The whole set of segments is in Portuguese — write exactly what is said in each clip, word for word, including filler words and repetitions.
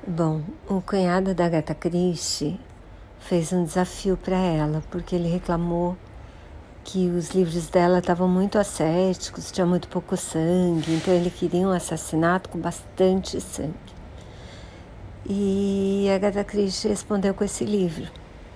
Bom, o cunhado da Agatha Christie fez um desafio para ela, porque ele reclamou que os livros dela estavam muito ascéticos, tinha muito pouco sangue, então ele queria um assassinato com bastante sangue. E a Agatha Christie respondeu com esse livro.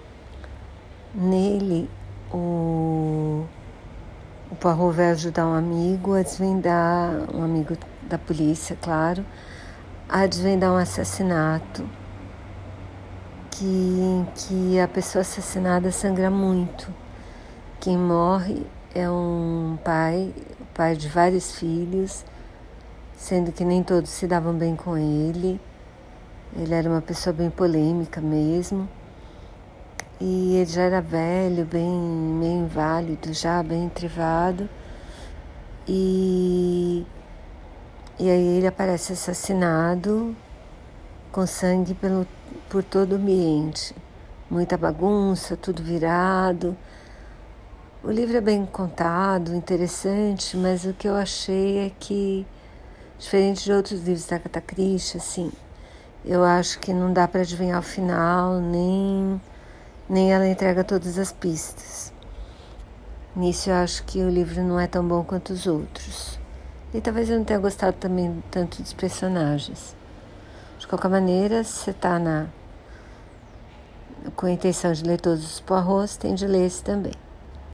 Nele, o, o Poirot vai ajudar um amigo a desvendar, um amigo da polícia, claro, a desvendar um assassinato que, em que a pessoa assassinada sangra muito. Quem morre é um pai, o pai de vários filhos, sendo que nem todos se davam bem com ele. Ele era uma pessoa bem polêmica mesmo. E ele já era velho, bem meio inválido, já bem entrevado. E, e aí ele aparece assassinado com sangue pelo, por todo o ambiente. Muita bagunça, tudo virado. O livro é bem contado, interessante, mas o que eu achei é que, diferente de outros livros da Agatha Christie, assim, eu acho que não dá para adivinhar o final, nem, nem ela entrega todas as pistas. Nisso eu acho que o livro não é tão bom quanto os outros. E talvez eu não tenha gostado também tanto dos personagens. De qualquer maneira, se você está na, com a intenção de ler todos os Poirots, tem de ler esse também.